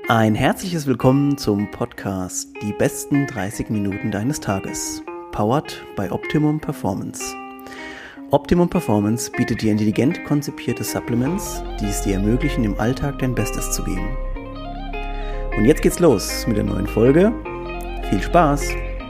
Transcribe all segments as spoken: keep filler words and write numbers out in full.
Ein herzliches Willkommen zum Podcast Die besten dreißig Minuten deines Tages, powered by Optimum Performance. Optimum Performance bietet dir intelligent konzipierte Supplements, die es dir ermöglichen, im Alltag dein Bestes zu geben. Und jetzt geht's los mit der neuen Folge. Viel Spaß!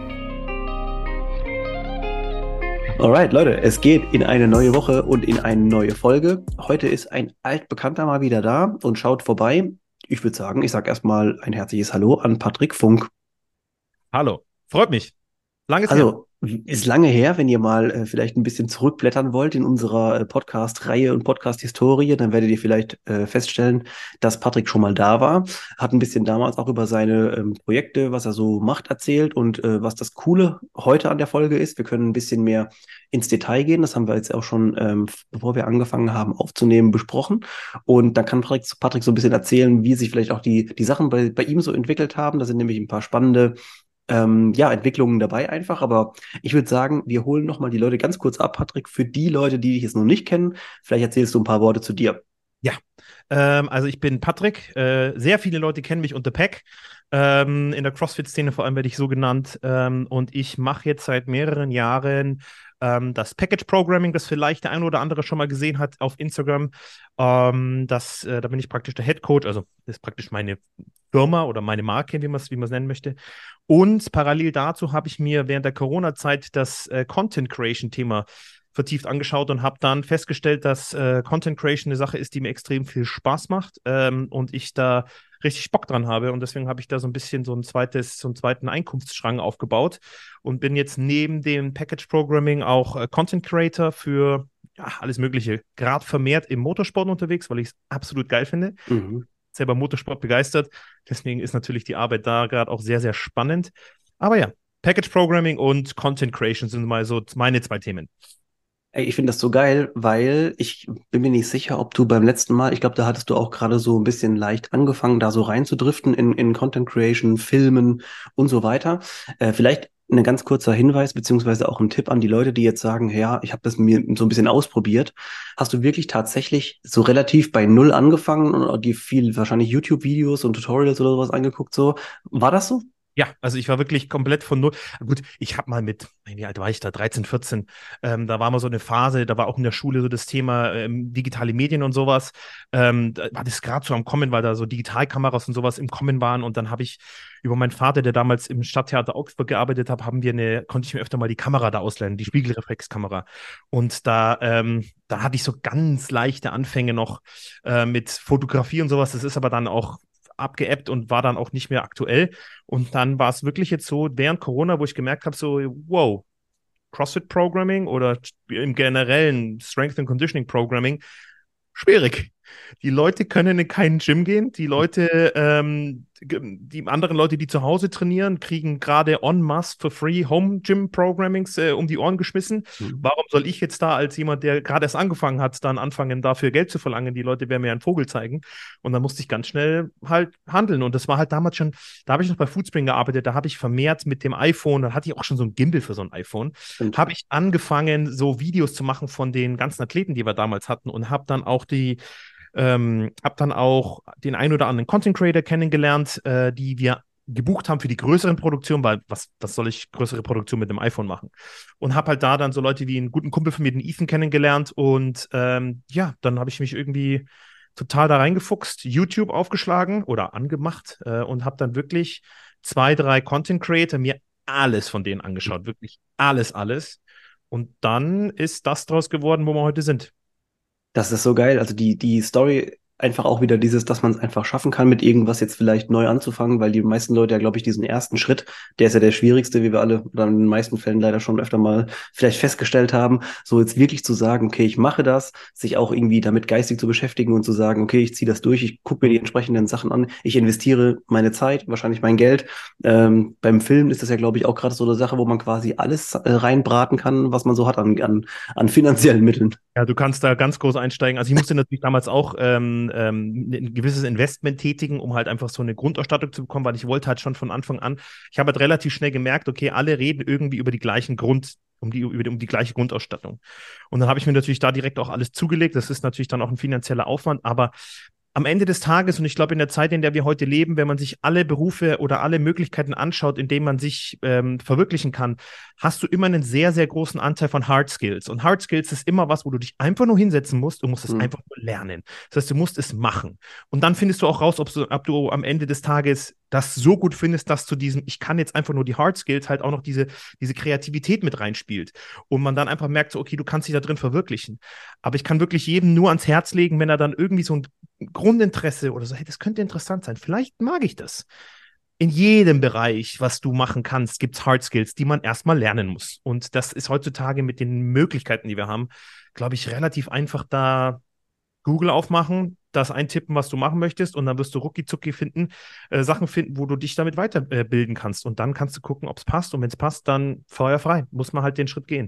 Alright, Leute, es geht in eine neue Woche und in eine neue Folge. Heute ist ein Altbekannter mal wieder da und schaut vorbei. Ich würde sagen, ich sage erstmal ein herzliches Hallo an Patrick Funk. Hallo, freut mich. Langes her. Also, ist lange her, wenn ihr mal äh, vielleicht ein bisschen zurückblättern wollt in unserer äh, Podcast-Reihe und Podcast-Historie, dann werdet ihr vielleicht äh, feststellen, dass Patrick schon mal da war, hat ein bisschen damals auch über seine ähm, Projekte, was er so macht, erzählt und äh, was das Coole heute an der Folge ist. Wir können ein bisschen mehr ins Detail gehen, das haben wir jetzt auch schon, ähm, bevor wir angefangen haben aufzunehmen, besprochen und dann kann Patrick, Patrick so ein bisschen erzählen, wie sich vielleicht auch die, die Sachen bei, bei ihm so entwickelt haben. Da sind nämlich ein paar spannende Ähm, ja, Entwicklungen dabei einfach, aber ich würde sagen, wir holen nochmal die Leute ganz kurz ab, Patrick, für die Leute, die dich jetzt noch nicht kennen, vielleicht erzählst du ein paar Worte zu dir. Ja, ähm, also ich bin Patrick. Äh, sehr viele Leute kennen mich unter Pack. Ähm, in der CrossFit-Szene vor allem werde ich so genannt. Ähm, und ich mache jetzt seit mehreren Jahren ähm, das Package-Programming, das vielleicht der eine oder andere schon mal gesehen hat auf Instagram. Ähm, das, äh, da bin ich praktisch der Head Coach, also das ist praktisch meine Firma oder meine Marke, wie man es wie man es nennen möchte. Und parallel dazu habe ich mir während der Corona-Zeit das äh, Content-Creation-Thema vertieft angeschaut und habe dann festgestellt, dass äh, Content Creation eine Sache ist, die mir extrem viel Spaß macht ähm, und ich da richtig Bock dran habe. Und deswegen habe ich da so ein bisschen so ein zweites, so einen zweiten Einkunftsstrang aufgebaut und bin jetzt neben dem Package Programming auch äh, Content Creator für ja, alles Mögliche, gerade vermehrt im Motorsport unterwegs, weil ich es absolut geil finde. Mhm. Selber Motorsport begeistert. Deswegen ist natürlich die Arbeit da gerade auch sehr, sehr spannend. Aber ja, Package Programming und Content Creation sind mal so meine zwei Themen. Ey, ich finde das so geil, weil ich bin mir nicht sicher, ob du beim letzten Mal, ich glaube, da hattest du auch gerade so ein bisschen leicht angefangen, da so reinzudriften in, in Content Creation, Filmen und so weiter. Äh, vielleicht ein ganz kurzer Hinweis, beziehungsweise auch ein Tipp an die Leute, die jetzt sagen, ja, ich habe das mir so ein bisschen ausprobiert. Hast du wirklich tatsächlich so relativ bei Null angefangen und dir viel wahrscheinlich YouTube-Videos und Tutorials oder sowas angeguckt? So, war das so? Ja, also ich war wirklich komplett von null. Gut, ich habe mal mit, wie alt war ich da? dreizehn, vierzehn. Ähm, da war mal so eine Phase, da war auch in der Schule so das Thema ähm, digitale Medien und sowas. Ähm, da war das gerade so am Kommen, weil da so Digitalkameras und sowas im Kommen waren. Und dann habe ich über meinen Vater, der damals im Stadttheater Augsburg gearbeitet hat, haben wir eine, konnte ich mir öfter mal die Kamera da ausleihen, die Spiegelreflexkamera. Und da, ähm, da hatte ich so ganz leichte Anfänge noch äh, mit Fotografie und sowas. Das ist aber dann auch abgeebbt und war dann auch nicht mehr aktuell. Und dann war es wirklich jetzt so während Corona, wo ich gemerkt habe, so, wow, CrossFit-Programming oder im generellen Strength and Conditioning Programming, schwierig. Die Leute können in kein Gym gehen. Die Leute, ähm, die anderen Leute, die zu Hause trainieren, kriegen gerade en masse for free Home-Gym-Programmings äh, um die Ohren geschmissen. Mhm. Warum soll ich jetzt da als jemand, der gerade erst angefangen hat, dann anfangen, dafür Geld zu verlangen? Die Leute werden mir einen Vogel zeigen. Und dann musste ich ganz schnell halt handeln. Und das war halt damals schon, da habe ich noch bei Foodspring gearbeitet, da habe ich vermehrt mit dem iPhone, da hatte ich auch schon so ein Gimbal für so ein iPhone, Stimmt. habe ich angefangen, so Videos zu machen von den ganzen Athleten, die wir damals hatten und habe dann auch die Ähm, habe dann auch den ein oder anderen Content Creator kennengelernt, äh, die wir gebucht haben für die größeren Produktionen, weil was, was soll ich größere Produktion mit dem iPhone machen? Und habe halt da dann so Leute wie einen guten Kumpel von mir, den Ethan, kennengelernt und ähm, ja, dann habe ich mich irgendwie total da reingefuchst, YouTube aufgeschlagen oder angemacht äh, und habe dann wirklich zwei, drei Content Creator mir alles von denen angeschaut, wirklich alles, alles. Und dann ist das draus geworden, wo wir heute sind. Das ist so geil. Also die, die Story einfach auch wieder dieses, dass man es einfach schaffen kann, mit irgendwas jetzt vielleicht neu anzufangen, weil die meisten Leute ja, glaube ich, diesen ersten Schritt, der ist ja der schwierigste, wie wir alle oder in den meisten Fällen leider schon öfter mal vielleicht festgestellt haben, so jetzt wirklich zu sagen, okay, ich mache das, sich auch irgendwie damit geistig zu beschäftigen und zu sagen, okay, ich ziehe das durch, ich gucke mir die entsprechenden Sachen an, ich investiere meine Zeit, wahrscheinlich mein Geld. Ähm, beim Film ist das ja, glaube ich, auch gerade so eine Sache, wo man quasi alles äh, reinbraten kann, was man so hat an, an, an finanziellen Mitteln. Ja, du kannst da ganz groß einsteigen. Also ich musste natürlich damals auch ähm, ähm, ein gewisses Investment tätigen, um halt einfach so eine Grundausstattung zu bekommen, weil ich wollte halt schon von Anfang an, ich habe halt relativ schnell gemerkt, okay, alle reden irgendwie über die gleichen Grund, um die, über die, um die gleiche Grundausstattung. Und dann habe ich mir natürlich da direkt auch alles zugelegt. Das ist natürlich dann auch ein finanzieller Aufwand, aber am Ende des Tages, und ich glaube, in der Zeit, in der wir heute leben, wenn man sich alle Berufe oder alle Möglichkeiten anschaut, in denen man sich ähm, verwirklichen kann, hast du immer einen sehr, sehr großen Anteil von Hard Skills. Und Hard Skills ist immer was, wo du dich einfach nur hinsetzen musst und musst es Hm. einfach nur lernen. Das heißt, du musst es machen. Und dann findest du auch raus, ob du, ob du am Ende des Tages das so gut findest, dass zu diesem, ich kann jetzt einfach nur die Hard Skills halt auch noch diese, diese Kreativität mit reinspielt. Und man dann einfach merkt, so, okay, du kannst dich da drin verwirklichen. Aber ich kann wirklich jedem nur ans Herz legen, wenn er dann irgendwie so ein Grundinteresse oder so, hey, das könnte interessant sein. Vielleicht mag ich das. In jedem Bereich, was du machen kannst, gibt es Hard Skills, die man erstmal lernen muss. Und das ist heutzutage mit den Möglichkeiten, die wir haben, glaube ich, relativ einfach. Da Google aufmachen, das eintippen, was du machen möchtest, und dann wirst du rucki-zucki finden, äh, Sachen finden, wo du dich damit weiterbilden äh, kannst. Und dann kannst du gucken, ob es passt. Und wenn es passt, dann feuerfrei. Muss man halt den Schritt gehen.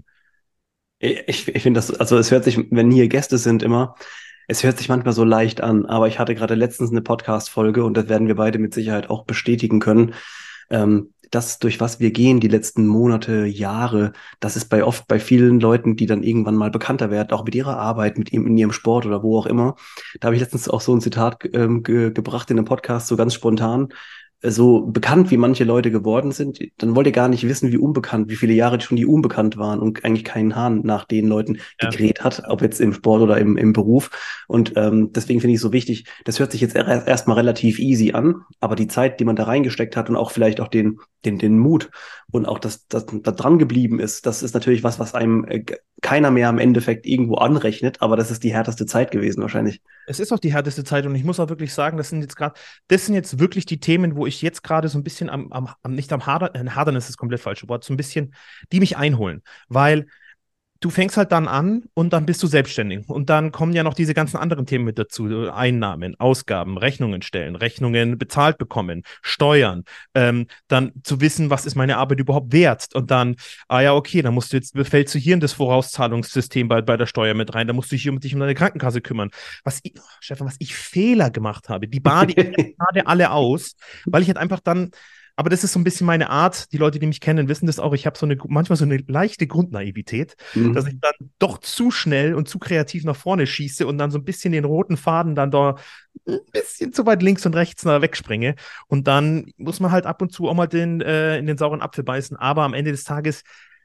Ich, ich finde das, also es hört sich, wenn hier Gäste sind immer, es hört sich manchmal so leicht an, aber ich hatte gerade letztens eine Podcast-Folge und das werden wir beide mit Sicherheit auch bestätigen können. Ähm, das, durch was wir gehen, die letzten Monate, Jahre, das ist bei oft bei vielen Leuten, die dann irgendwann mal bekannter werden, auch mit ihrer Arbeit, mit ihm in ihrem Sport oder wo auch immer. Da habe ich letztens auch so ein Zitat ähm, ge gebracht in einem Podcast, so ganz spontan. So bekannt wie manche Leute geworden sind, dann wollt ihr gar nicht wissen, wie unbekannt, wie viele Jahre schon die unbekannt waren und eigentlich keinen Hahn nach den Leuten Ja. gekräht hat, ob jetzt im Sport oder im, im Beruf. Und ähm, deswegen finde ich es so wichtig, das hört sich jetzt erst erstmal relativ easy an, aber die Zeit, die man da reingesteckt hat und auch vielleicht auch den, den, den Mut und auch das, das da dran geblieben ist, das ist natürlich was, was einem äh, keiner mehr im Endeffekt irgendwo anrechnet, aber das ist die härteste Zeit gewesen wahrscheinlich. Es ist auch die härteste Zeit, und ich muss auch wirklich sagen, das sind jetzt gerade, das sind jetzt wirklich die Themen, wo ich jetzt gerade so ein bisschen am, am, am nicht am Hadern, äh, Hadern ist das komplett falsche Wort, so ein bisschen, die mich einholen, weil du fängst halt dann an und dann bist du selbstständig. Und dann kommen ja noch diese ganzen anderen Themen mit dazu. Einnahmen, Ausgaben, Rechnungen stellen, Rechnungen bezahlt bekommen, Steuern, ähm, dann zu wissen, was ist meine Arbeit überhaupt wert. Und dann, ah ja, okay, dann musst du jetzt, fällst du hier in das Vorauszahlungssystem bei, bei der Steuer mit rein, dann musst du dich um dich um deine Krankenkasse kümmern. Was ich, oh, Stefan, was ich Fehler gemacht habe, die bade ich gerade alle aus, weil ich halt einfach dann, aber das ist so ein bisschen meine Art. Die Leute, die mich kennen, wissen das auch. Ich habe so eine, manchmal so eine leichte Grundnaivität, dass ich dann doch zu schnell und zu kreativ nach vorne schieße und dann so ein bisschen den roten Faden dann da ein bisschen zu weit links und rechts nach wegspringe. Und dann muss man halt ab und zu auch mal den, äh, in den sauren Apfel beißen. Aber am Ende des Tages,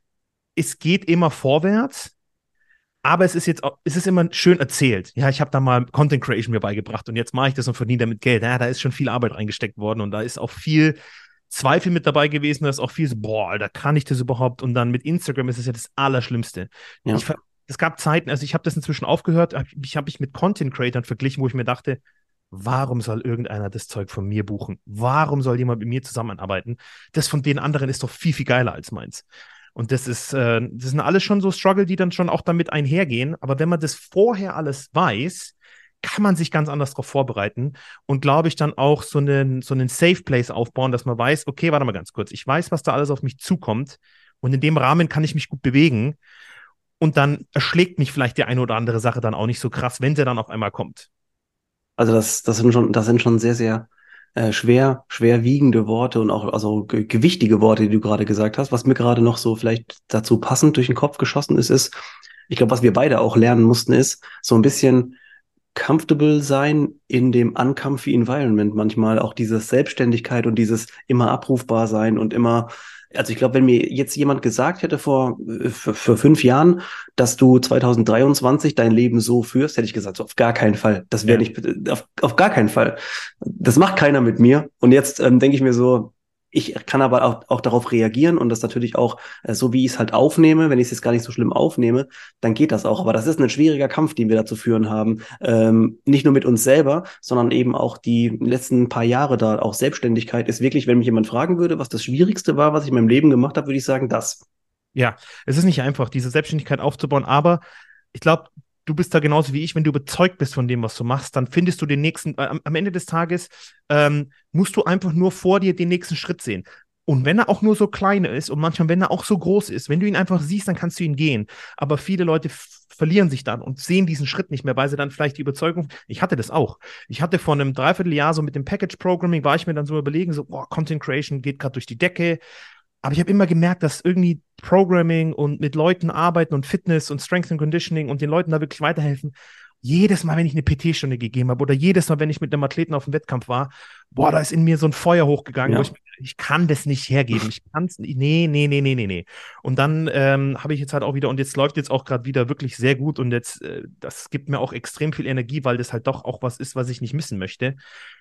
es geht immer vorwärts. Aber es ist jetzt auch, es ist immer schön erzählt. Ja, ich habe da mal Content Creation mir beigebracht und jetzt mache ich das und verdiene damit Geld. Ja, da ist schon viel Arbeit reingesteckt worden und da ist auch viel Zweifel mit dabei gewesen, da ist auch viel so, boah, Alter, kann ich das überhaupt? Und dann mit Instagram ist es ja das Allerschlimmste. Ja. Ich, es gab Zeiten, also ich habe das inzwischen aufgehört, ich habe mich mit Content Creatern verglichen, wo ich mir dachte, warum soll irgendeiner das Zeug von mir buchen? Warum soll jemand mit mir zusammenarbeiten? Das von den anderen ist doch viel, viel geiler als meins. Und das ist, äh, das sind alles schon so Struggle, die dann schon auch damit einhergehen. Aber wenn man das vorher alles weiß, kann man sich ganz anders darauf vorbereiten und, glaube ich, dann auch so einen, so einen Safe Place aufbauen, dass man weiß, okay, warte mal ganz kurz, ich weiß, was da alles auf mich zukommt und in dem Rahmen kann ich mich gut bewegen und dann erschlägt mich vielleicht die eine oder andere Sache dann auch nicht so krass, wenn sie dann auf einmal kommt. Also das, das sind schon, das sind schon sehr, sehr äh, schwer, schwerwiegende Worte und auch also ge gewichtige Worte, die du gerade gesagt hast. Was mir gerade noch so vielleicht dazu passend durch den Kopf geschossen ist, ist, ich glaube, was wir beide auch lernen mussten, ist so ein bisschen comfortable sein in dem uncomfy Environment manchmal, auch diese Selbstständigkeit und dieses immer abrufbar sein und immer, also ich glaube, wenn mir jetzt jemand gesagt hätte vor, für, für fünf Jahren, dass du zwanzig dreiundzwanzig dein Leben so führst, hätte ich gesagt, so auf gar keinen Fall. Das wäre Ja. nicht, auf, auf gar keinen Fall. Das macht keiner mit mir. Und jetzt ähm, denke ich mir so, ich kann aber auch, auch darauf reagieren und das natürlich auch, äh, so wie ich es halt aufnehme, wenn ich es jetzt gar nicht so schlimm aufnehme, dann geht das auch. Aber das ist ein schwieriger Kampf, den wir da zu führen haben. Ähm, nicht nur mit uns selber, sondern eben auch die letzten paar Jahre da. Auch Selbstständigkeit ist wirklich, wenn mich jemand fragen würde, was das Schwierigste war, was ich in meinem Leben gemacht habe, würde ich sagen, das. Ja, es ist nicht einfach, diese Selbstständigkeit aufzubauen, aber ich glaube, du bist da genauso wie ich, wenn du überzeugt bist von dem, was du machst, dann findest du den nächsten, äh, am, am Ende des Tages ähm, musst du einfach nur vor dir den nächsten Schritt sehen. Und wenn er auch nur so klein ist und manchmal, wenn er auch so groß ist, wenn du ihn einfach siehst, dann kannst du ihn gehen. Aber viele Leute verlieren sich dann und sehen diesen Schritt nicht mehr, weil sie dann vielleicht die Überzeugung, ich hatte das auch. Ich hatte vor einem Dreivierteljahr so mit dem Package Programming, war ich mir dann so überlegen, so, boah, Content Creation geht gerade durch die Decke. Aber ich habe immer gemerkt, dass irgendwie Programming und mit Leuten arbeiten und Fitness und Strength and Conditioning und den Leuten da wirklich weiterhelfen jedes Mal, wenn ich eine P T-Stunde gegeben habe oder jedes Mal, wenn ich mit einem Athleten auf dem Wettkampf war, boah, da ist in mir so ein Feuer hochgegangen, wo Ja. ich, ich kann das nicht hergeben. Ich kann es, nee, nee, nee, nee, nee, nee. Und dann ähm, habe ich jetzt halt auch wieder, und jetzt läuft jetzt auch gerade wieder wirklich sehr gut und jetzt, äh, das gibt mir auch extrem viel Energie, weil das halt doch auch was ist, was ich nicht missen möchte.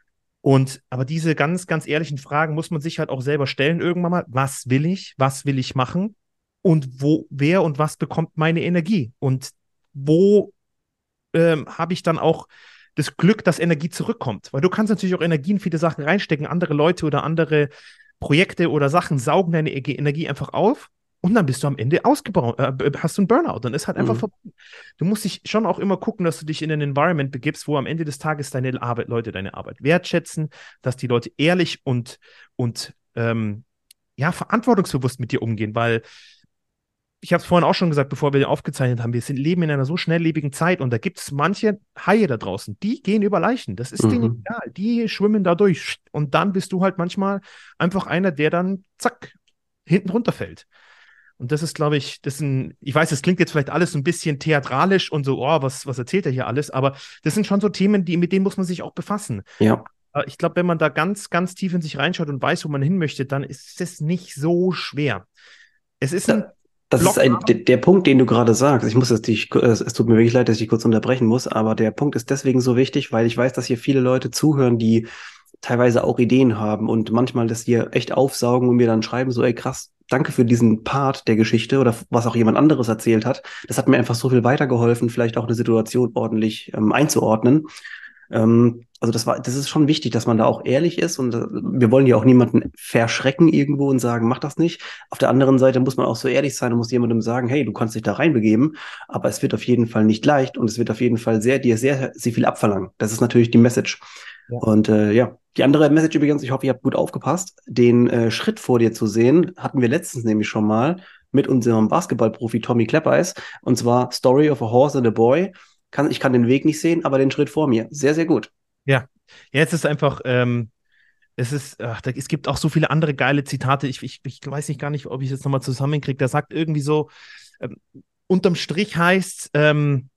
Und aber diese ganz, ganz ehrlichen Fragen muss man sich halt auch selber stellen irgendwann mal. Was will ich? Was will ich machen? Und wo, wer und was bekommt meine Energie? Und wo ähm, habe ich dann auch das Glück, dass Energie zurückkommt? Weil du kannst natürlich auch Energie in viele Sachen reinstecken. Andere Leute oder andere Projekte oder Sachen saugen deine E- Energie einfach auf. Und dann bist du am Ende ausgebaut, äh, hast du einen Burnout. Dann ist halt einfach Mhm. vorbei. Du musst dich schon auch immer gucken, dass du dich in ein Environment begibst, wo am Ende des Tages deine Arbeit, Leute deine Arbeit wertschätzen, dass die Leute ehrlich und, und ähm, ja, verantwortungsbewusst mit dir umgehen, weil ich habe es vorhin auch schon gesagt, bevor wir aufgezeichnet haben, wir sind, leben in einer so schnelllebigen Zeit und da gibt es manche Haie da draußen, die gehen über Leichen. Das ist denen Mhm. egal. Die schwimmen da durch. Und dann bist du halt manchmal einfach einer, der dann zack, hinten runterfällt. Und das ist, glaube ich, das sind, ich weiß, das klingt jetzt vielleicht alles so ein bisschen theatralisch und so, oh, was, was erzählt er hier alles? Aber das sind schon so Themen, die, mit denen muss man sich auch befassen. Ja. Aber ich glaube, wenn man da ganz, ganz tief in sich reinschaut und weiß, wo man hin möchte, dann ist es nicht so schwer. Es ist ein Da, das ist Block. ein, der, der Punkt, den du gerade sagst. Ich muss jetzt dich, es, es tut mir wirklich leid, dass ich dich kurz unterbrechen muss, aber der Punkt ist deswegen so wichtig, weil ich weiß, dass hier viele Leute zuhören, die teilweise auch Ideen haben und manchmal das hier echt aufsaugen und mir dann schreiben, so, ey, krass, danke für diesen Part der Geschichte oder was auch jemand anderes erzählt hat. Das hat mir einfach so viel weitergeholfen, vielleicht auch eine Situation ordentlich ähm, einzuordnen. Ähm, also das war, das ist schon wichtig, dass man da auch ehrlich ist und äh, wir wollen ja auch niemanden verschrecken irgendwo und sagen, mach das nicht. Auf der anderen Seite muss man auch so ehrlich sein und muss jemandem sagen, hey, du kannst dich da reinbegeben, aber es wird auf jeden Fall nicht leicht und es wird auf jeden Fall sehr, dir sehr, sehr viel abverlangen. Das ist natürlich die Message. Ja. Und äh, ja, die andere Message übrigens, ich hoffe, ihr habt gut aufgepasst. Den äh, Schritt vor dir zu sehen, hatten wir letztens nämlich schon mal mit unserem Basketballprofi Tommy Kleppeis. Und zwar Story of a Horse and a Boy. Kann, ich kann den Weg nicht sehen, aber den Schritt vor mir. Sehr, sehr gut. Ja, jetzt ist einfach, ähm, es ist, ach, da, es gibt auch so viele andere geile Zitate. Ich, ich, ich weiß nicht gar nicht, ob ich es jetzt nochmal zusammenkriege. Der sagt irgendwie so, ähm, unterm Strich heißt, ähm,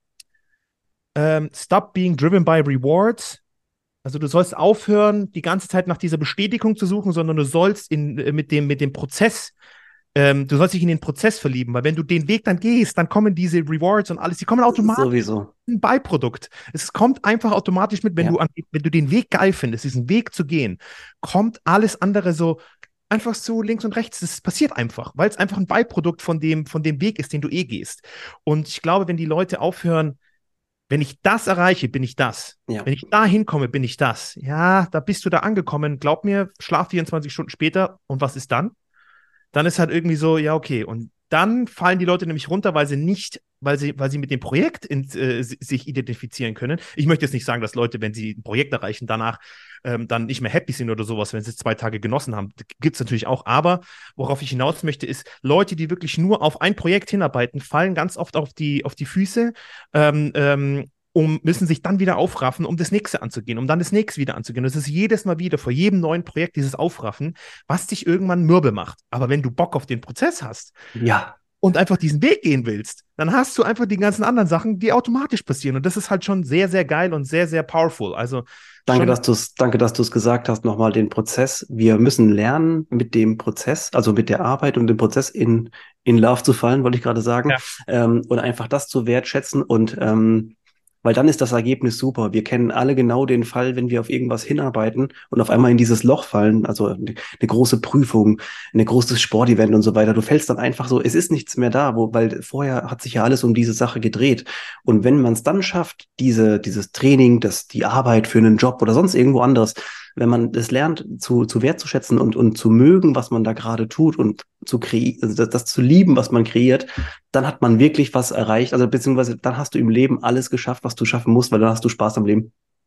ähm, stop being driven by rewards. Also du sollst aufhören, die ganze Zeit nach dieser Bestätigung zu suchen, sondern du sollst in, äh, mit dem, mit dem Prozess, ähm, du sollst dich in den Prozess verlieben, weil wenn du den Weg dann gehst, dann kommen diese Rewards und alles, die kommen automatisch. Sowieso. Ein Beiprodukt. Es kommt einfach automatisch mit, wenn du, Ja. an, wenn du den Weg geil findest, diesen Weg zu gehen, kommt alles andere so einfach so links und rechts. Das passiert einfach, weil es einfach ein Beiprodukt von dem, von dem Weg ist, den du eh gehst. Und ich glaube, wenn die Leute aufhören, wenn ich das erreiche, bin ich das. Ja. Wenn ich da hinkomme, bin ich das. Ja, da bist du da angekommen. Glaub mir, schlaf vierundzwanzig Stunden später. Und was ist dann? Dann ist halt irgendwie so, ja, okay. Und dann fallen die Leute nämlich runter, weil sie nicht, weil sie, weil sie mit dem Projekt in, äh, sich identifizieren können. Ich möchte jetzt nicht sagen, dass Leute, wenn sie ein Projekt erreichen, danach ähm, dann nicht mehr happy sind oder sowas, wenn sie es zwei Tage genossen haben. Gibt es natürlich auch. Aber worauf ich hinaus möchte, ist, Leute, die wirklich nur auf ein Projekt hinarbeiten, fallen ganz oft auf die, auf die Füße. Ähm, ähm, um, müssen sich dann wieder aufraffen, um das nächste anzugehen, um dann das nächste wieder anzugehen. Das ist jedes Mal wieder vor jedem neuen Projekt dieses Aufraffen, was dich irgendwann mürbe macht. Aber wenn du Bock auf den Prozess hast Ja. und einfach diesen Weg gehen willst, dann hast du einfach die ganzen anderen Sachen, die automatisch passieren. Und das ist halt schon sehr, sehr geil und sehr, sehr powerful. Also Danke, schon, dass du es, danke, dass du es gesagt hast, nochmal den Prozess. Wir müssen lernen, mit dem Prozess, also mit der Arbeit und dem Prozess in, in Love zu fallen, wollte ich gerade sagen, ja, ähm, und einfach das zu wertschätzen und ähm, weil dann ist das Ergebnis super. Wir kennen alle genau den Fall, wenn wir auf irgendwas hinarbeiten und auf einmal in dieses Loch fallen, also eine, eine große Prüfung, ein großes Sportevent und so weiter. Du fällst dann einfach so, es ist nichts mehr da, wo, weil vorher hat sich ja alles um diese Sache gedreht. Und wenn man es dann schafft, diese, dieses Training, das, die Arbeit für einen Job oder sonst irgendwo anderes, wenn man das lernt zu, zu wertzuschätzen und, und zu mögen, was man da gerade tut und zu kreieren, also das, das zu lieben, was man kreiert, dann hat man wirklich was erreicht. Also beziehungsweise dann hast du im Leben alles geschafft, was du schaffen musst, weil dann hast du Spaß am Leben.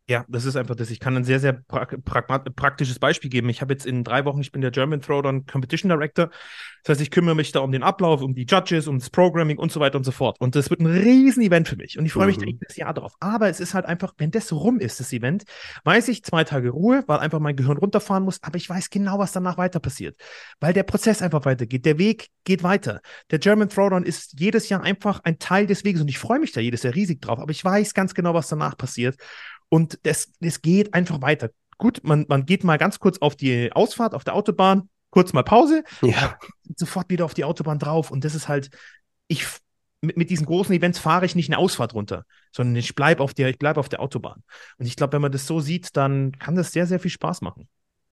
Ja, das ist einfach das. Ich kann ein sehr, sehr pra pragma- praktisches Beispiel geben. Ich habe jetzt in drei Wochen, ich bin der German Throwdown Competition Director. Das heißt, ich kümmere mich da um den Ablauf, um die Judges, um das Programming und so weiter und so fort. Und das wird ein Riesen-Event für mich. Und ich freue mich da Mhm. jedes Jahr drauf. Aber es ist halt einfach, wenn das rum ist, das Event, weiß ich, zwei Tage Ruhe, weil einfach mein Gehirn runterfahren muss. Aber ich weiß genau, was danach weiter passiert. Weil der Prozess einfach weitergeht. Der Weg geht weiter. Der German Throwdown ist jedes Jahr einfach ein Teil des Weges. Und ich freue mich da jedes Jahr riesig drauf. Aber ich weiß ganz genau, was danach passiert. Und das, das geht einfach weiter. Gut, man, man geht mal ganz kurz auf die Ausfahrt auf der Autobahn, kurz mal Pause, aber Ja. sofort wieder auf die Autobahn drauf. Und das ist halt, ich mit, mit diesen großen Events fahre ich nicht eine Ausfahrt runter, sondern ich bleibe auf der, ich bleibe auf der Autobahn. Und ich glaube, wenn man das so sieht, dann kann das sehr, sehr viel Spaß machen.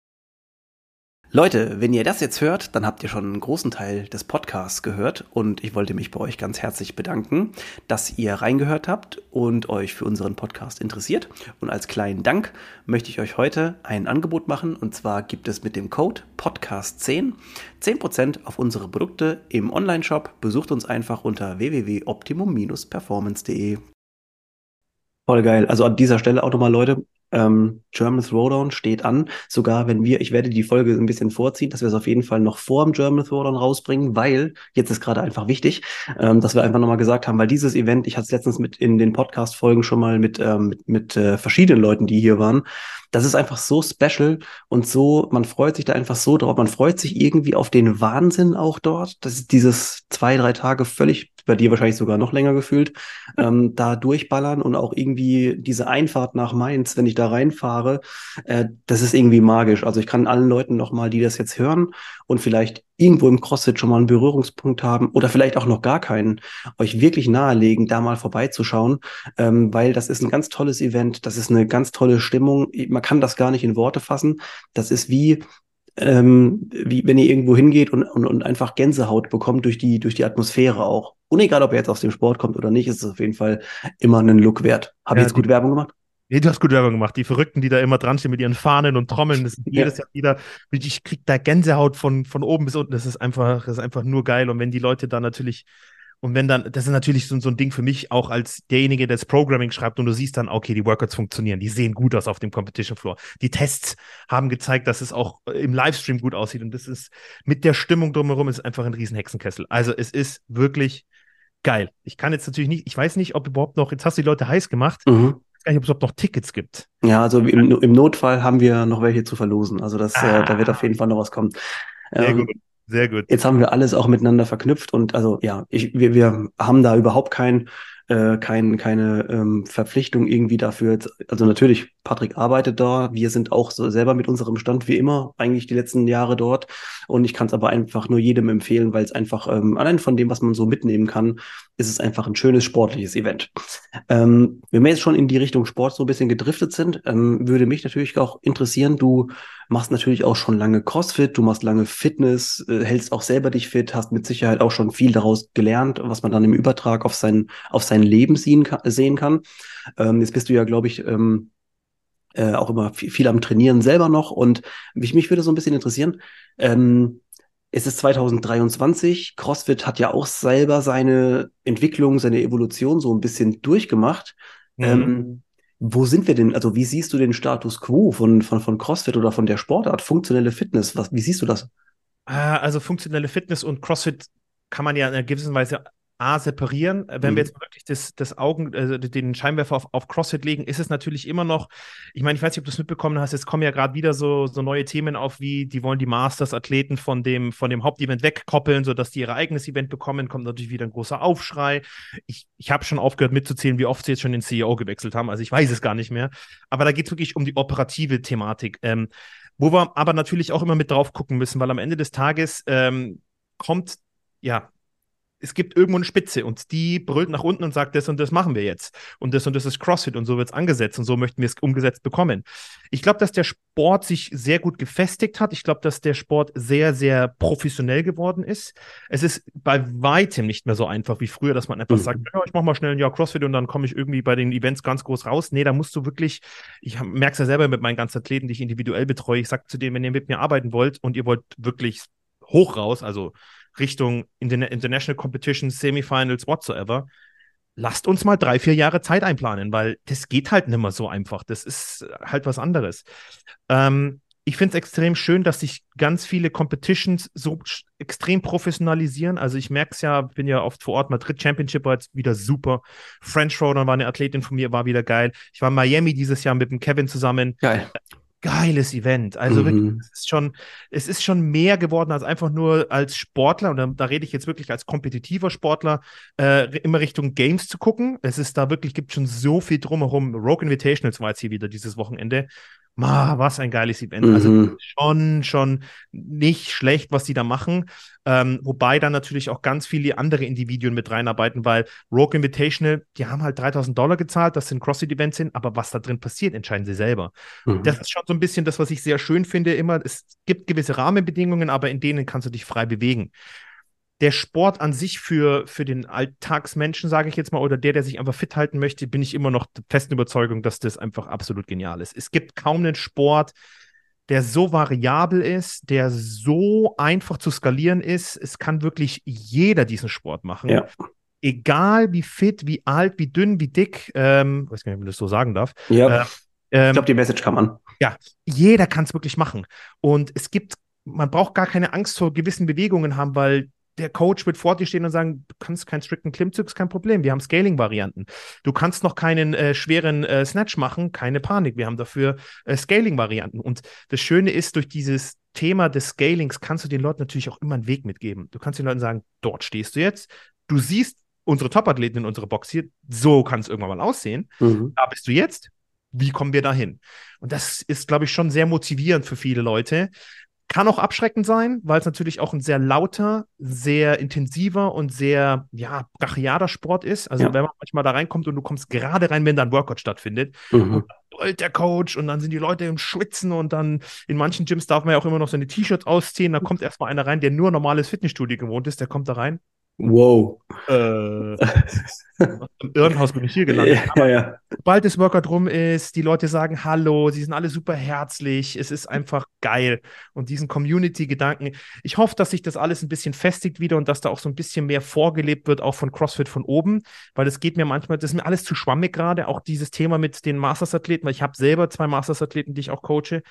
Leute, wenn ihr das jetzt hört, dann habt ihr schon einen großen Teil des Podcasts gehört und ich wollte mich bei euch ganz herzlich bedanken, dass ihr reingehört habt und euch für unseren Podcast interessiert. Und als kleinen Dank möchte ich euch heute ein Angebot machen und zwar gibt es mit dem Code Podcast zehn zehn Prozent auf unsere Produkte im Onlineshop. Besucht uns einfach unter w w w punkt optimum Bindestrich performance punkt de. Voll geil. Also an dieser Stelle auch nochmal, Leute, ähm, German Throwdown steht an. Sogar wenn wir, ich werde die Folge ein bisschen vorziehen, dass wir es auf jeden Fall noch vor dem German Throwdown rausbringen, weil jetzt ist gerade einfach wichtig, ähm, dass wir einfach nochmal gesagt haben, weil dieses Event, ich hatte es letztens mit in den Podcast-Folgen schon mal mit, ähm, mit, mit äh, verschiedenen Leuten, die hier waren. Das ist einfach so special und so, man freut sich da einfach so drauf. Man freut sich irgendwie auf den Wahnsinn auch dort. Das ist dieses zwei, drei Tage völlig, bei dir wahrscheinlich sogar noch länger gefühlt, ähm, da durchballern und auch irgendwie diese Einfahrt nach Mainz, wenn ich da reinfahre, äh, das ist irgendwie magisch. Also ich kann allen Leuten nochmal, die das jetzt hören und vielleicht irgendwo im CrossFit schon mal einen Berührungspunkt haben oder vielleicht auch noch gar keinen, euch wirklich nahelegen, da mal vorbeizuschauen, ähm, weil das ist ein ganz tolles Event, das ist eine ganz tolle Stimmung. Man kann das gar nicht in Worte fassen. Das ist wie ähm, wie wenn ihr irgendwo hingeht und, und, und einfach Gänsehaut bekommt durch die, durch die Atmosphäre auch. Und egal, ob ihr jetzt aus dem Sport kommt oder nicht, ist es auf jeden Fall immer einen Look wert. Habe ich Ja, jetzt gut die, Werbung gemacht? nee, du hast gute Werbung gemacht. Die Verrückten, die da immer dran stehen mit ihren Fahnen und Trommeln, das ist Ja. jedes Jahr wieder, ich krieg da Gänsehaut von, von oben bis unten. Das ist einfach, das ist einfach nur geil. Und wenn die Leute da natürlich, und wenn dann, das ist natürlich so, so ein Ding für mich, auch als derjenige, der das Programming schreibt und du siehst dann, okay, die Workouts funktionieren, die sehen gut aus auf dem Competition Floor. Die Tests haben gezeigt, dass es auch im Livestream gut aussieht. Und das ist mit der Stimmung drumherum ist einfach ein riesen Hexenkessel. Also es ist wirklich geil. Ich kann jetzt natürlich nicht, ich weiß nicht, ob überhaupt noch, jetzt hast du die Leute heiß gemacht, Mhm. ich weiß gar nicht, ob es überhaupt noch Tickets gibt. Ja, also im, im Notfall haben wir noch welche zu verlosen. Also das, äh, da wird auf Ah, jeden Fall noch was kommen. sehr gut, Ähm, sehr gut. Jetzt haben wir alles auch miteinander verknüpft und also ja, ich, wir, wir haben da überhaupt kein, äh, kein, keine ähm, Verpflichtung irgendwie dafür. Jetzt, also natürlich, Patrick arbeitet da, wir sind auch so selber mit unserem Stand wie immer eigentlich die letzten Jahre dort und ich kann es aber einfach nur jedem empfehlen, weil es einfach ähm, allein von dem, was man so mitnehmen kann, ist es einfach ein schönes sportliches Event. Ähm, wenn wir jetzt schon in die Richtung Sport so ein bisschen gedriftet sind, ähm, würde mich natürlich auch interessieren, du machst natürlich auch schon lange CrossFit, du machst lange Fitness, äh, hältst auch selber dich fit, hast mit Sicherheit auch schon viel daraus gelernt, was man dann im Übertrag auf sein, auf sein Leben sehen kann. Sehen kann. Ähm, jetzt bist du ja, glaube ich, ähm, äh, auch immer viel, viel am Trainieren selber noch und mich, mich würde so ein bisschen interessieren, ähm, es ist zwanzig dreiundzwanzig, CrossFit hat ja auch selber seine Entwicklung, seine Evolution so ein bisschen durchgemacht. Mhm. Ähm, Wo sind wir denn? Also wie siehst du den Status quo von, von, von CrossFit oder von der Sportart? Funktionelle Fitness, was, wie siehst du das? Ah, also funktionelle Fitness und CrossFit kann man ja in einer gewissen Weise A, separieren. Wenn wir Mhm. jetzt wirklich das, das Augen, äh, den Scheinwerfer auf, auf CrossFit legen, ist es natürlich immer noch, ich meine, ich weiß nicht, ob du es mitbekommen hast, jetzt kommen ja gerade wieder so, so neue Themen auf, wie die wollen die Masters-Athleten von dem, von dem Hauptevent wegkoppeln, sodass die ihr eigenes Event bekommen, kommt natürlich wieder ein großer Aufschrei. Ich, ich habe schon aufgehört mitzuzählen, wie oft sie jetzt schon den C E O gewechselt haben, also ich weiß es gar nicht mehr. Aber da geht es wirklich um die operative Thematik. Ähm, wo wir aber natürlich auch immer mit drauf gucken müssen, weil am Ende des Tages ähm, kommt, ja, es gibt irgendwo eine Spitze und die brüllt nach unten und sagt, das und das machen wir jetzt. Und das und das ist CrossFit und so wird es angesetzt und so möchten wir es umgesetzt bekommen. Ich glaube, dass der Sport sich sehr gut gefestigt hat. Ich glaube, dass der Sport sehr, sehr professionell geworden ist. Es ist bei weitem nicht mehr so einfach wie früher, dass man einfach sagt, Mhm. ja, ich mache mal schnell ein Jahr CrossFit und dann komme ich irgendwie bei den Events ganz groß raus. Nee, da musst du wirklich, ich merke es ja selber mit meinen ganzen Athleten, die ich individuell betreue, ich sage zu denen, wenn ihr mit mir arbeiten wollt und ihr wollt wirklich hoch raus, also Richtung Interna International Competitions, Semifinals, whatsoever, lasst uns mal drei, vier Jahre Zeit einplanen, weil das geht halt nicht mehr so einfach. Das ist halt was anderes. Ähm, ich finde es extrem schön, dass sich ganz viele Competitions so extrem professionalisieren. Also ich merke es ja, bin ja oft vor Ort. Madrid Championship war jetzt wieder super. French Throwdown war eine Athletin von mir, war wieder geil. Ich war in Miami dieses Jahr mit dem Kevin zusammen. Geil. Geiles Event. Also wirklich, Mhm. es ist schon, es ist schon mehr geworden als einfach nur als Sportler, und da, da rede ich jetzt wirklich als kompetitiver Sportler, äh, immer Richtung Games zu gucken. Es ist da wirklich, gibt schon so viel drumherum. Rogue Invitationals war jetzt hier wieder dieses Wochenende. Ma, was ein geiles Event. Also Mhm. schon, schon nicht schlecht, was die da machen. Ähm, wobei dann natürlich auch ganz viele andere Individuen mit reinarbeiten, weil Rogue Invitational, die haben halt dreitausend Dollar gezahlt, das sind CrossFit-Events sind, aber was da drin passiert, entscheiden sie selber. Das Mhm. ist schon so ein bisschen das, was ich sehr schön finde. Immer, es gibt gewisse Rahmenbedingungen, aber in denen kannst du dich frei bewegen. Der Sport an sich für, für den Alltagsmenschen, sage ich jetzt mal, oder der, der sich einfach fit halten möchte, bin ich immer noch der festen Überzeugung, dass das einfach absolut genial ist. Es gibt kaum einen Sport, der so variabel ist, der so einfach zu skalieren ist. Es kann wirklich jeder diesen Sport machen. Ja. Egal wie fit, wie alt, wie dünn, wie dick, ähm, weiß gar nicht, ob ich das so sagen darf. Ja. Äh, Ich glaube, ähm, die Message kam an. ja, jeder kann es wirklich machen. Und es gibt, man braucht gar keine Angst vor gewissen Bewegungen haben, weil der Coach wird vor dir stehen und sagen, du kannst keinen strikten Klimmzug, ist kein Problem. Wir haben Scaling-Varianten. Du kannst noch keinen äh, schweren äh, Snatch machen, keine Panik. Wir haben dafür äh, Scaling-Varianten. Und das Schöne ist, durch dieses Thema des Scalings kannst du den Leuten natürlich auch immer einen Weg mitgeben. Du kannst den Leuten sagen, dort stehst du jetzt. Du siehst unsere Top-Athleten in unserer Box hier, so kann es irgendwann mal aussehen. Mhm. Da bist du jetzt. Wie kommen wir dahin? Und das ist, glaube ich, schon sehr motivierend für viele Leute. Kann auch abschreckend sein, weil es natürlich auch ein sehr lauter, sehr intensiver und sehr, ja, brachialer Sport ist. Also Ja. wenn man manchmal da reinkommt und du kommst gerade rein, wenn da ein Workout stattfindet Mhm. und dann brüllt der Coach und dann sind die Leute im Schwitzen und dann in manchen Gyms darf man ja auch immer noch seine T-Shirts ausziehen. Da kommt erstmal einer rein, der nur normales Fitnessstudio gewohnt ist, der kommt da rein. Wow. Äh, Im Irrenhaus bin ich hier gelandet. Ja, ja. Sobald das Workout rum ist, die Leute sagen Hallo, sie sind alle super herzlich, es ist einfach geil. Und diesen Community-Gedanken, ich hoffe, dass sich das alles ein bisschen festigt wieder und dass da auch so ein bisschen mehr vorgelebt wird, auch von CrossFit von oben, weil es geht mir manchmal, das ist mir alles zu schwammig gerade, auch dieses Thema mit den Masters-Athleten, weil ich habe selber zwei Masters-Athleten, die ich auch coache.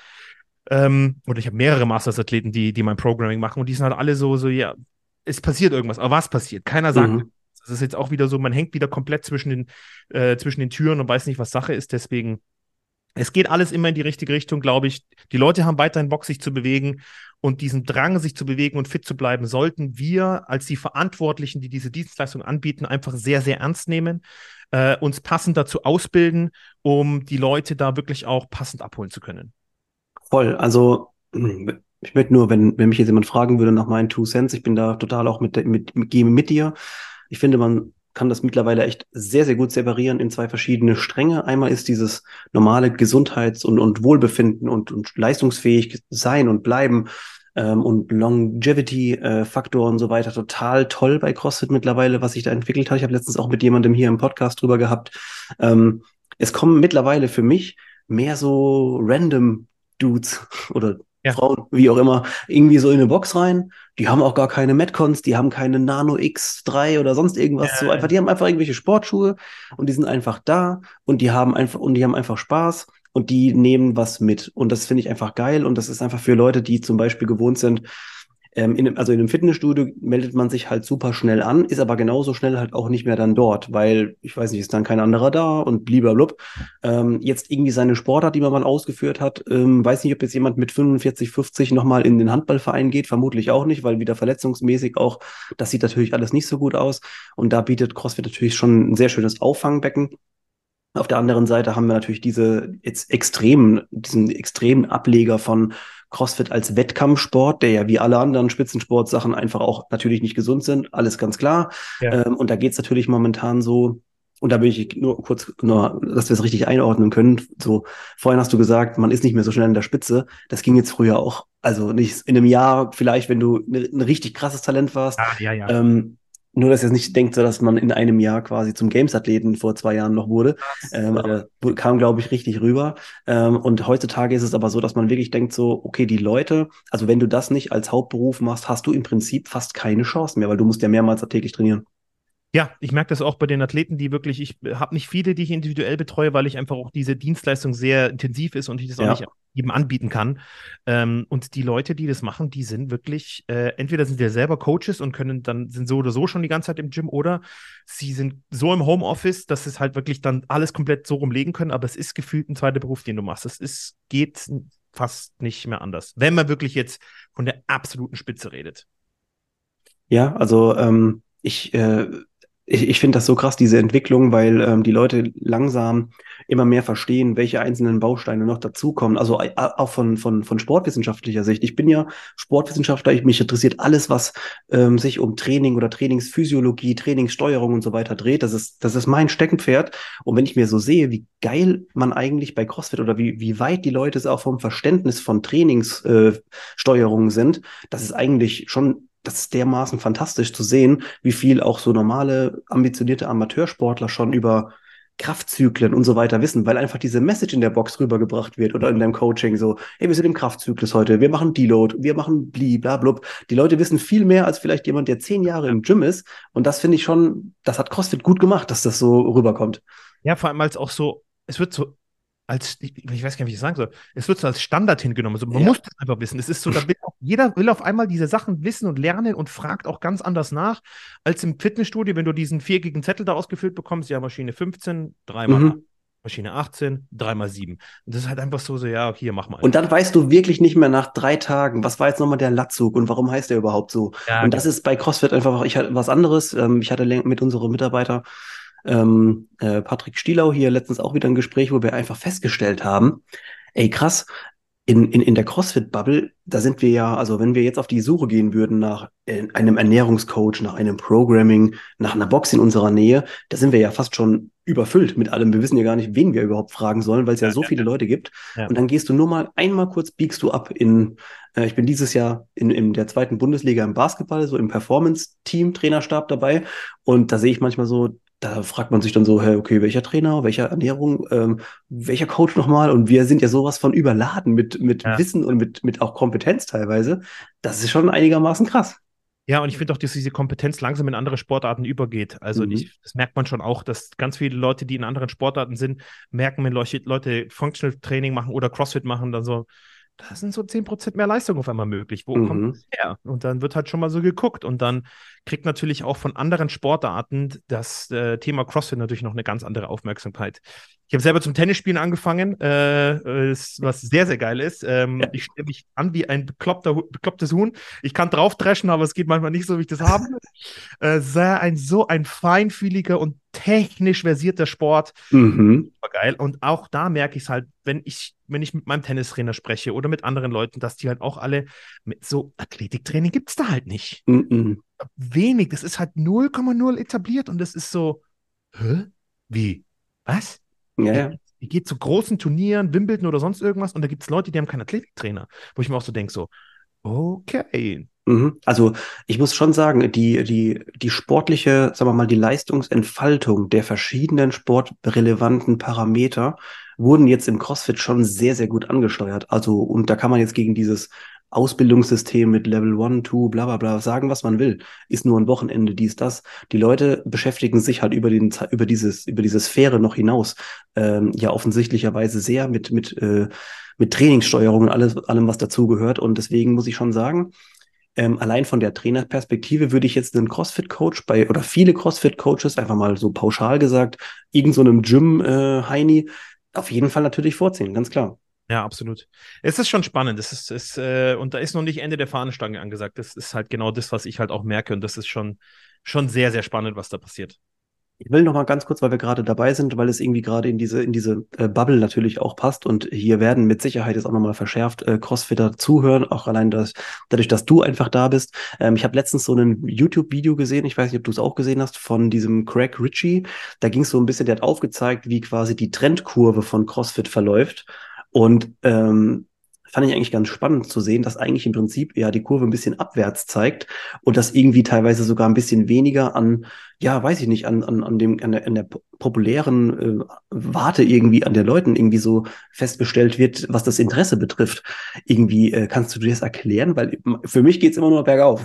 Ähm, oder ich habe mehrere Masters-Athleten, die, die mein Programming machen und die sind halt alle so, so, ja, es passiert irgendwas, aber was passiert? Keiner sagt, Mhm. das ist jetzt auch wieder so, man hängt wieder komplett zwischen den, äh, zwischen den Türen und weiß nicht, was Sache ist. Deswegen, es geht alles immer in die richtige Richtung, glaube ich. Die Leute haben weiterhin Bock, sich zu bewegen und diesen Drang, sich zu bewegen und fit zu bleiben, sollten wir als die Verantwortlichen, die diese Dienstleistung anbieten, einfach sehr, sehr ernst nehmen, äh, uns passend dazu ausbilden, um die Leute da wirklich auch passend abholen zu können. Voll. Also, hm, ich möchte nur, wenn, wenn mich jetzt jemand fragen würde nach meinen Two Cents, ich bin da total auch mit, mit, mit, gehe mit dir. Ich finde, man kann das mittlerweile echt sehr, sehr gut separieren in zwei verschiedene Stränge. Einmal ist dieses normale Gesundheits- und, und Wohlbefinden und, und leistungsfähig sein und bleiben ähm, und Longevity-Faktor und so weiter total toll bei CrossFit mittlerweile, was sich da entwickelt hat. Ich habe letztens auch mit jemandem hier im Podcast drüber gehabt. Ähm, es kommen mittlerweile für mich mehr so random Dudes oder Ja, Frauen, wie auch immer, irgendwie so in eine Box rein. Die haben auch gar keine Metcons, die haben keine Nano X drei oder sonst irgendwas so einfach. ja, Die haben einfach irgendwelche Sportschuhe und die sind einfach da und die haben einfach und die haben einfach Spaß und die nehmen was mit. Und das finde ich einfach geil und das ist einfach für Leute, die zum Beispiel gewohnt sind, ähm, in, also in einem Fitnessstudio meldet man sich halt super schnell an, ist aber genauso schnell halt auch nicht mehr dann dort, weil, ich weiß nicht, ist dann kein anderer da und blub. Ähm, jetzt irgendwie seine Sportart, die man mal ausgeführt hat, ähm, weiß nicht, ob jetzt jemand mit fünfundvierzig, fünfzig nochmal in den Handballverein geht, vermutlich auch nicht, weil wieder verletzungsmäßig auch, das sieht natürlich alles nicht so gut aus und da bietet CrossFit natürlich schon ein sehr schönes Auffangbecken. Auf der anderen Seite haben wir natürlich diese jetzt extremen, diesen extremen Ableger von CrossFit als Wettkampfsport, der ja wie alle anderen Spitzensportsachen einfach auch natürlich nicht gesund sind, alles ganz klar. ja. Ähm, und da geht es natürlich momentan so, und da will ich nur kurz, nur, dass wir es richtig einordnen können. So, vorhin hast du gesagt, man ist nicht mehr so schnell an der Spitze. Das ging jetzt früher auch. Also nicht in einem Jahr, vielleicht, wenn du ne, ein richtig krasses Talent warst. Ja, ja, ja. Ähm, nur, dass ihr nicht denkt, so, dass man in einem Jahr quasi zum Games-Athleten vor zwei Jahren noch wurde. Das, Ähm, äh, aber wu- kam, glaube ich, richtig rüber. Ähm, und heutzutage ist es aber so, dass man wirklich denkt, so, okay, die Leute, also wenn du das nicht als Hauptberuf machst, hast du im Prinzip fast keine Chance mehr, weil du musst ja mehrmals täglich trainieren. Ja, ich merke das auch bei den Athleten, die wirklich, ich habe nicht viele, die ich individuell betreue, weil ich einfach auch diese Dienstleistung sehr intensiv ist und ich das auch nicht Ja. jedem anbieten kann. Ähm, und die Leute, die das machen, die sind wirklich, äh, entweder sind wir selber Coaches und können dann, sind so oder so schon die ganze Zeit im Gym, oder sie sind so im Homeoffice, dass es halt wirklich dann alles komplett so rumlegen können, aber es ist gefühlt ein zweiter Beruf, den du machst. Es ist, geht fast nicht mehr anders, wenn man wirklich jetzt von der absoluten Spitze redet. Ja, also ähm, ich, äh, ich, ich finde das so krass, diese Entwicklung, weil ähm, die Leute langsam immer mehr verstehen, welche einzelnen Bausteine noch dazukommen. Also äh, auch von, von, von sportwissenschaftlicher Sicht. Ich bin ja Sportwissenschaftler, ich, mich interessiert alles, was ähm, sich um Training oder Trainingsphysiologie, Trainingssteuerung und so weiter dreht. Das ist, das ist mein Steckenpferd. Und wenn ich mir so sehe, wie geil man eigentlich bei CrossFit oder wie, wie weit die Leute es auch vom Verständnis von Trainingssteuerungen äh, Steuerungen sind, das ist eigentlich schon das ist dermaßen fantastisch zu sehen, wie viel auch so normale, ambitionierte Amateursportler schon über Kraftzyklen und so weiter wissen, weil einfach diese Message in der Box rübergebracht wird oder in deinem Coaching so, hey, wir sind im Kraftzyklus heute, wir machen Deload, wir machen bli, bla, blub. Die Leute wissen viel mehr als vielleicht jemand, der zehn Jahre im Gym ist. Und das finde ich schon, das hat CrossFit gut gemacht, dass das so rüberkommt. Ja, vor allem als auch so, es wird so als, ich, ich weiß gar nicht, wie ich sagen soll, es wird so als Standard hingenommen. Also man Ja. muss das einfach wissen. Es ist so, da will auch, jeder will auf einmal diese Sachen wissen und lernen und fragt auch ganz anders nach, als im Fitnessstudio, wenn du diesen viereckigen Zettel da ausgefüllt bekommst, ja, Maschine fünfzehn, drei mal acht. Mhm. Maschine achtzehn, drei mal sieben. Und das ist halt einfach so, so, ja, hier, mach mal. Und dann weißt du wirklich nicht mehr nach drei Tagen, was war jetzt nochmal der Latzug und warum heißt der überhaupt so? Ja, Und das genau. ist bei CrossFit einfach ich hatte was anderes. Ähm, Ich hatte mit unserem Mitarbeiter ähm, äh, Patrick Stielau hier letztens auch wieder ein Gespräch, wo wir einfach festgestellt haben, ey krass, in, in, in der CrossFit-Bubble, da sind wir ja, also wenn wir jetzt auf die Suche gehen würden nach äh, einem Ernährungscoach, nach einem Programming, nach einer Box in unserer Nähe, da sind wir ja fast schon überfüllt mit allem. Wir wissen ja gar nicht, wen wir überhaupt fragen sollen, weil es ja Ja, so ja, viele Leute gibt. ja. Und dann gehst du nur mal einmal kurz, biegst du ab in, äh, ich bin dieses Jahr in, in der zweiten Bundesliga im Basketball, so im Performance-Team, Trainerstab dabei. Und da sehe ich manchmal so, da fragt man sich dann so, hey, okay, welcher Trainer, welche Ernährung, ähm, welcher Coach nochmal? Und wir sind ja sowas von überladen mit, mit Ja. Wissen und mit, mit auch Kompetenz teilweise. Das ist schon einigermaßen krass. Ja, und ich finde auch, dass diese Kompetenz langsam in andere Sportarten übergeht. Also Mhm. ich, das merkt man schon auch, dass ganz viele Leute, die in anderen Sportarten sind, merken, wenn Leute, Leute Functional Training machen oder CrossFit machen, dann so, da sind so zehn Prozent mehr Leistung auf einmal möglich. Wo kommt Mhm. das her? Und dann wird halt schon mal so geguckt. Und dann kriegt natürlich auch von anderen Sportarten das äh, Thema CrossFit natürlich noch eine ganz andere Aufmerksamkeit. Ich habe selber zum Tennisspielen angefangen, äh, ist, was sehr, sehr geil ist. Ähm, Ja. ich stelle mich an wie ein bekloppter, beklopptes Huhn. Ich kann draufdreschen, aber es geht manchmal nicht so, wie ich das haben will. Äh, sehr ein, so ein feinfühliger und technisch versierter Sport. Mhm. Super geil. Und auch da merke ich es halt, wenn ich, wenn ich mit meinem Tennistrainer spreche oder mit anderen Leuten, dass die halt auch alle mit so Athletiktraining gibt es da halt nicht. Mhm. Wenig. Das ist halt null Komma null etabliert und das ist so, hä? Wie? Was? Ja, Ihr, ja. ihr geht zu großen Turnieren, Wimbledon oder sonst irgendwas und da gibt es Leute, die haben keinen Athletiktrainer. Wo ich mir auch so denke, so, okay. Mhm. Also ich muss schon sagen, die, die, die sportliche, sagen wir mal, die Leistungsentfaltung der verschiedenen sportrelevanten Parameter wurden jetzt im CrossFit schon sehr, sehr gut angesteuert. Also, und da kann man jetzt gegen dieses Ausbildungssystem mit Level eins, zwei, bla bla bla sagen, was man will. Ist nur ein Wochenende, dies, das. Die Leute beschäftigen sich halt über den, über dieses, über diese Sphäre noch hinaus, ähm, ja offensichtlicherweise sehr mit, mit, äh, mit Trainingssteuerung und alles, allem, was dazugehört. Und deswegen muss ich schon sagen, ähm, allein von der Trainerperspektive würde ich jetzt einen CrossFit-Coach bei, oder viele CrossFit-Coaches, einfach mal so pauschal gesagt, irgend so einem Gym-Heini, auf jeden Fall natürlich vorziehen, ganz klar. Ja, absolut. Es ist schon spannend. Es ist, es, äh, und da ist noch nicht Ende der Fahnenstange angesagt. Das ist halt genau das, was ich halt auch merke. Und das ist schon, schon sehr, sehr spannend, was da passiert. Ich will noch mal ganz kurz, weil wir gerade dabei sind, weil es irgendwie gerade in diese, in diese äh, Bubble natürlich auch passt und hier werden mit Sicherheit jetzt auch noch mal verschärft äh, Crossfitter zuhören, auch allein das, dadurch, dass du einfach da bist. Ähm, ich habe letztens so ein YouTube-Video gesehen, ich weiß nicht, ob du es auch gesehen hast, von diesem Craig Ritchie. Da ging es so ein bisschen, der hat aufgezeigt, wie quasi die Trendkurve von CrossFit verläuft. Und ähm, fand ich eigentlich ganz spannend zu sehen, dass eigentlich im Prinzip ja die Kurve ein bisschen abwärts zeigt und dass irgendwie teilweise sogar ein bisschen weniger an, ja, weiß ich nicht, an, an, an dem, an der, an der populären äh, Warte irgendwie an der Leuten irgendwie so festgestellt wird, was das Interesse betrifft. Irgendwie, äh, kannst du dir das erklären? Weil für mich geht's immer nur bergauf.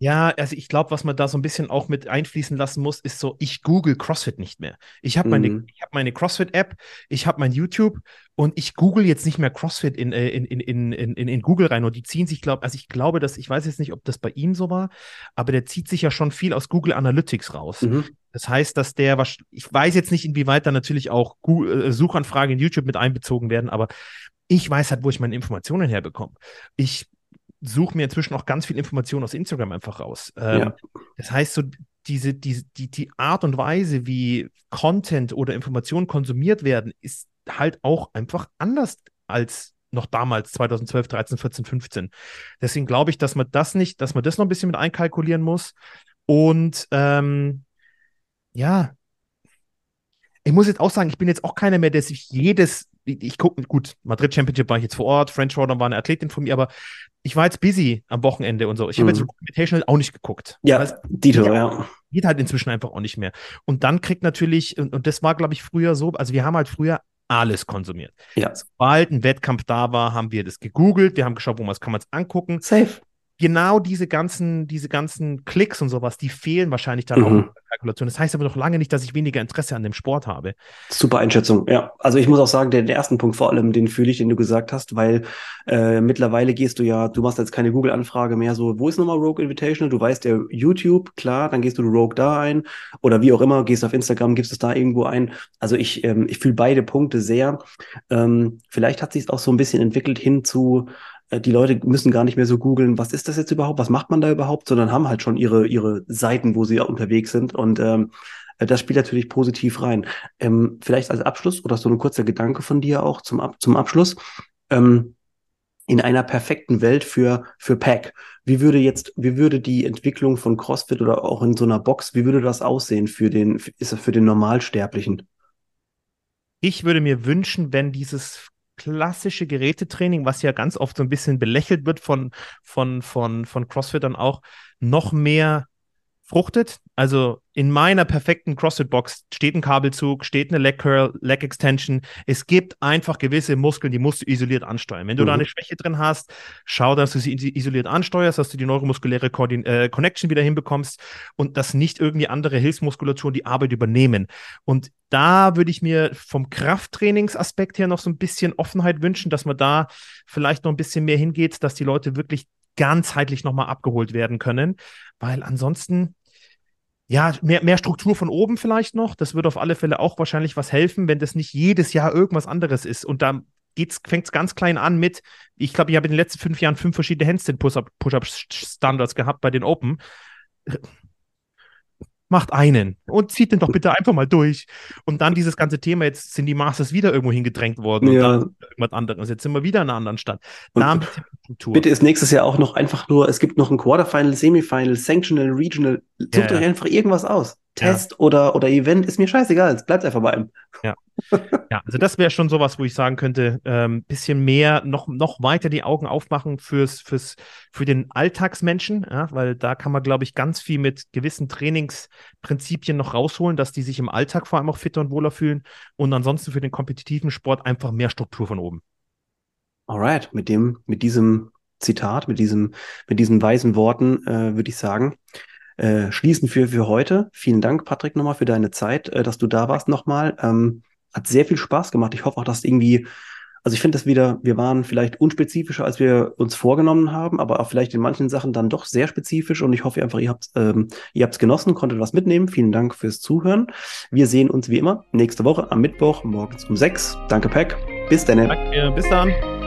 Ja, also ich glaube, was man da so ein bisschen auch mit einfließen lassen muss, ist so, ich google CrossFit nicht mehr. Ich habe meine, Mhm. ich hab meine CrossFit-App, ich habe mein YouTube und ich google jetzt nicht mehr CrossFit in, äh, in, in, in, in, in in Google rein. Und die ziehen sich, glaube also ich glaube, dass, ich weiß jetzt nicht, ob das bei ihm so war, aber der zieht sich ja schon viel aus Google Analytics raus. Mhm. Das heißt, dass der, wahrsch- ich weiß jetzt nicht, inwieweit da natürlich auch Gu- äh, Suchanfragen in YouTube mit einbezogen werden, aber ich weiß halt, wo ich meine Informationen herbekomme. Ich suche mir inzwischen auch ganz viel Informationen aus Instagram einfach raus. Ähm, Ja. das heißt, so diese, diese, die, die Art und Weise, wie Content oder Informationen konsumiert werden, ist halt auch einfach anders als noch damals, zwanzig zwölf, dreizehn, vierzehn, fünfzehn. Deswegen glaube ich, dass man das nicht, dass man das noch ein bisschen mit einkalkulieren muss. Und ähm, ja, ich muss jetzt auch sagen, ich bin jetzt auch keiner mehr, der sich jedes, ich, ich gucke, gut, Madrid Championship war ich jetzt vor Ort, French Rodham war eine Athletin von mir, aber ich war jetzt busy am Wochenende und so. Ich habe jetzt Mhm. Rogue Invitational auch nicht geguckt, weil Ja, es geht, Dito, ja, ja. geht halt inzwischen einfach auch nicht mehr. Und dann kriegt natürlich, und, und das war, glaube ich, früher so, also wir haben halt früher alles konsumiert. Ja. Sobald ein Wettkampf da war, haben wir das gegoogelt, wir haben geschaut, wo man es kann man es angucken. Safe. Genau diese ganzen, diese ganzen Klicks und sowas, die fehlen wahrscheinlich dann auch in Mhm. der Kalkulation. Das heißt aber noch lange nicht, dass ich weniger Interesse an dem Sport habe. Super Einschätzung, ja. Also ich muss auch sagen, den, den ersten Punkt vor allem, den fühle ich, den du gesagt hast, weil äh, mittlerweile gehst du ja, du machst jetzt keine Google-Anfrage mehr so, wo ist nochmal Rogue Invitational? Du weißt ja YouTube, klar, dann gehst du Rogue da ein oder wie auch immer, gehst auf Instagram, gibst es da irgendwo ein. Also ich, ähm, ich fühle beide Punkte sehr. Ähm, vielleicht hat sich es auch so ein bisschen entwickelt hin zu, äh, die Leute müssen gar nicht mehr so googeln, was ist das jetzt überhaupt, was macht man da überhaupt, sondern haben halt schon ihre, ihre Seiten, wo sie ja unterwegs sind und ähm, das spielt natürlich positiv rein. Ähm, vielleicht als Abschluss oder so ein kurzer Gedanke von dir auch zum, Ab zum Abschluss. Ähm, in einer perfekten Welt für, für Pack. Wie würde jetzt, wie würde die Entwicklung von CrossFit oder auch in so einer Box, wie würde das aussehen für den, ist das für den Normalsterblichen? Ich würde mir wünschen, wenn dieses klassische Gerätetraining, was ja ganz oft so ein bisschen belächelt wird von, von, von, von CrossFittern auch, noch mehr fruchtet. Also in meiner perfekten CrossFit-Box steht ein Kabelzug, steht eine Leg Curl, Leg Extension. Es gibt einfach gewisse Muskeln, die musst du isoliert ansteuern. Wenn du da eine Mhm. Schwäche drin hast, schau, dass du sie isoliert ansteuerst, dass du die neuromuskuläre Koordin äh, Connection wieder hinbekommst und dass nicht irgendwie andere Hilfsmuskulaturen die Arbeit übernehmen. Und da würde ich mir vom Krafttrainingsaspekt her noch so ein bisschen Offenheit wünschen, dass man da vielleicht noch ein bisschen mehr hingeht, dass die Leute wirklich ganzheitlich nochmal abgeholt werden können, weil ansonsten ja, mehr, mehr Struktur von oben vielleicht noch. Das würde auf alle Fälle auch wahrscheinlich was helfen, wenn das nicht jedes Jahr irgendwas anderes ist. Und da fängt es ganz klein an mit, ich glaube, ich habe in den letzten fünf Jahren fünf verschiedene Handstand-Push-Up-Standards gehabt bei den Open. Macht einen und zieht den doch bitte einfach mal durch. Und dann dieses ganze Thema, jetzt sind die Masters wieder irgendwo hingedrängt worden und dann Ja, irgendwas anderes. Jetzt sind wir wieder in einer anderen Stadt. Da und ein bisschen Struktur. bitte ist nächstes Jahr auch noch einfach nur, es gibt noch ein Quarterfinal, Semifinal, Sanctional, Regional. Ja, Sucht euch ja, einfach irgendwas aus. ja, Test oder, oder Event, ist mir scheißegal. Es bleibt einfach bei einem. ja. Ja, also das wäre schon sowas, wo ich sagen könnte, ähm, bisschen mehr, noch, noch weiter die Augen aufmachen fürs, fürs, für den Alltagsmenschen, ja, weil da kann man, glaube ich, ganz viel mit gewissen Trainingsprinzipien noch rausholen, dass die sich im Alltag vor allem auch fitter und wohler fühlen und ansonsten für den kompetitiven Sport einfach mehr Struktur von oben. Alright, mit dem, mit diesem Zitat, mit diesem, mit diesen weisen Worten, äh, würde ich sagen, äh, schließen für, für heute. Vielen Dank, Patrick, nochmal für deine Zeit, äh, dass du da warst nochmal. Ähm, hat sehr viel Spaß gemacht. Ich hoffe auch, dass irgendwie, also ich finde das wieder, wir waren vielleicht unspezifischer, als wir uns vorgenommen haben, aber auch vielleicht in manchen Sachen dann doch sehr spezifisch und ich hoffe einfach, ihr habt ähm, ihr habt's genossen, konntet was mitnehmen. Vielen Dank fürs Zuhören. Wir sehen uns wie immer nächste Woche am Mittwoch morgens um sechs. Danke, Pack. Bis dann. Danke, bis dann.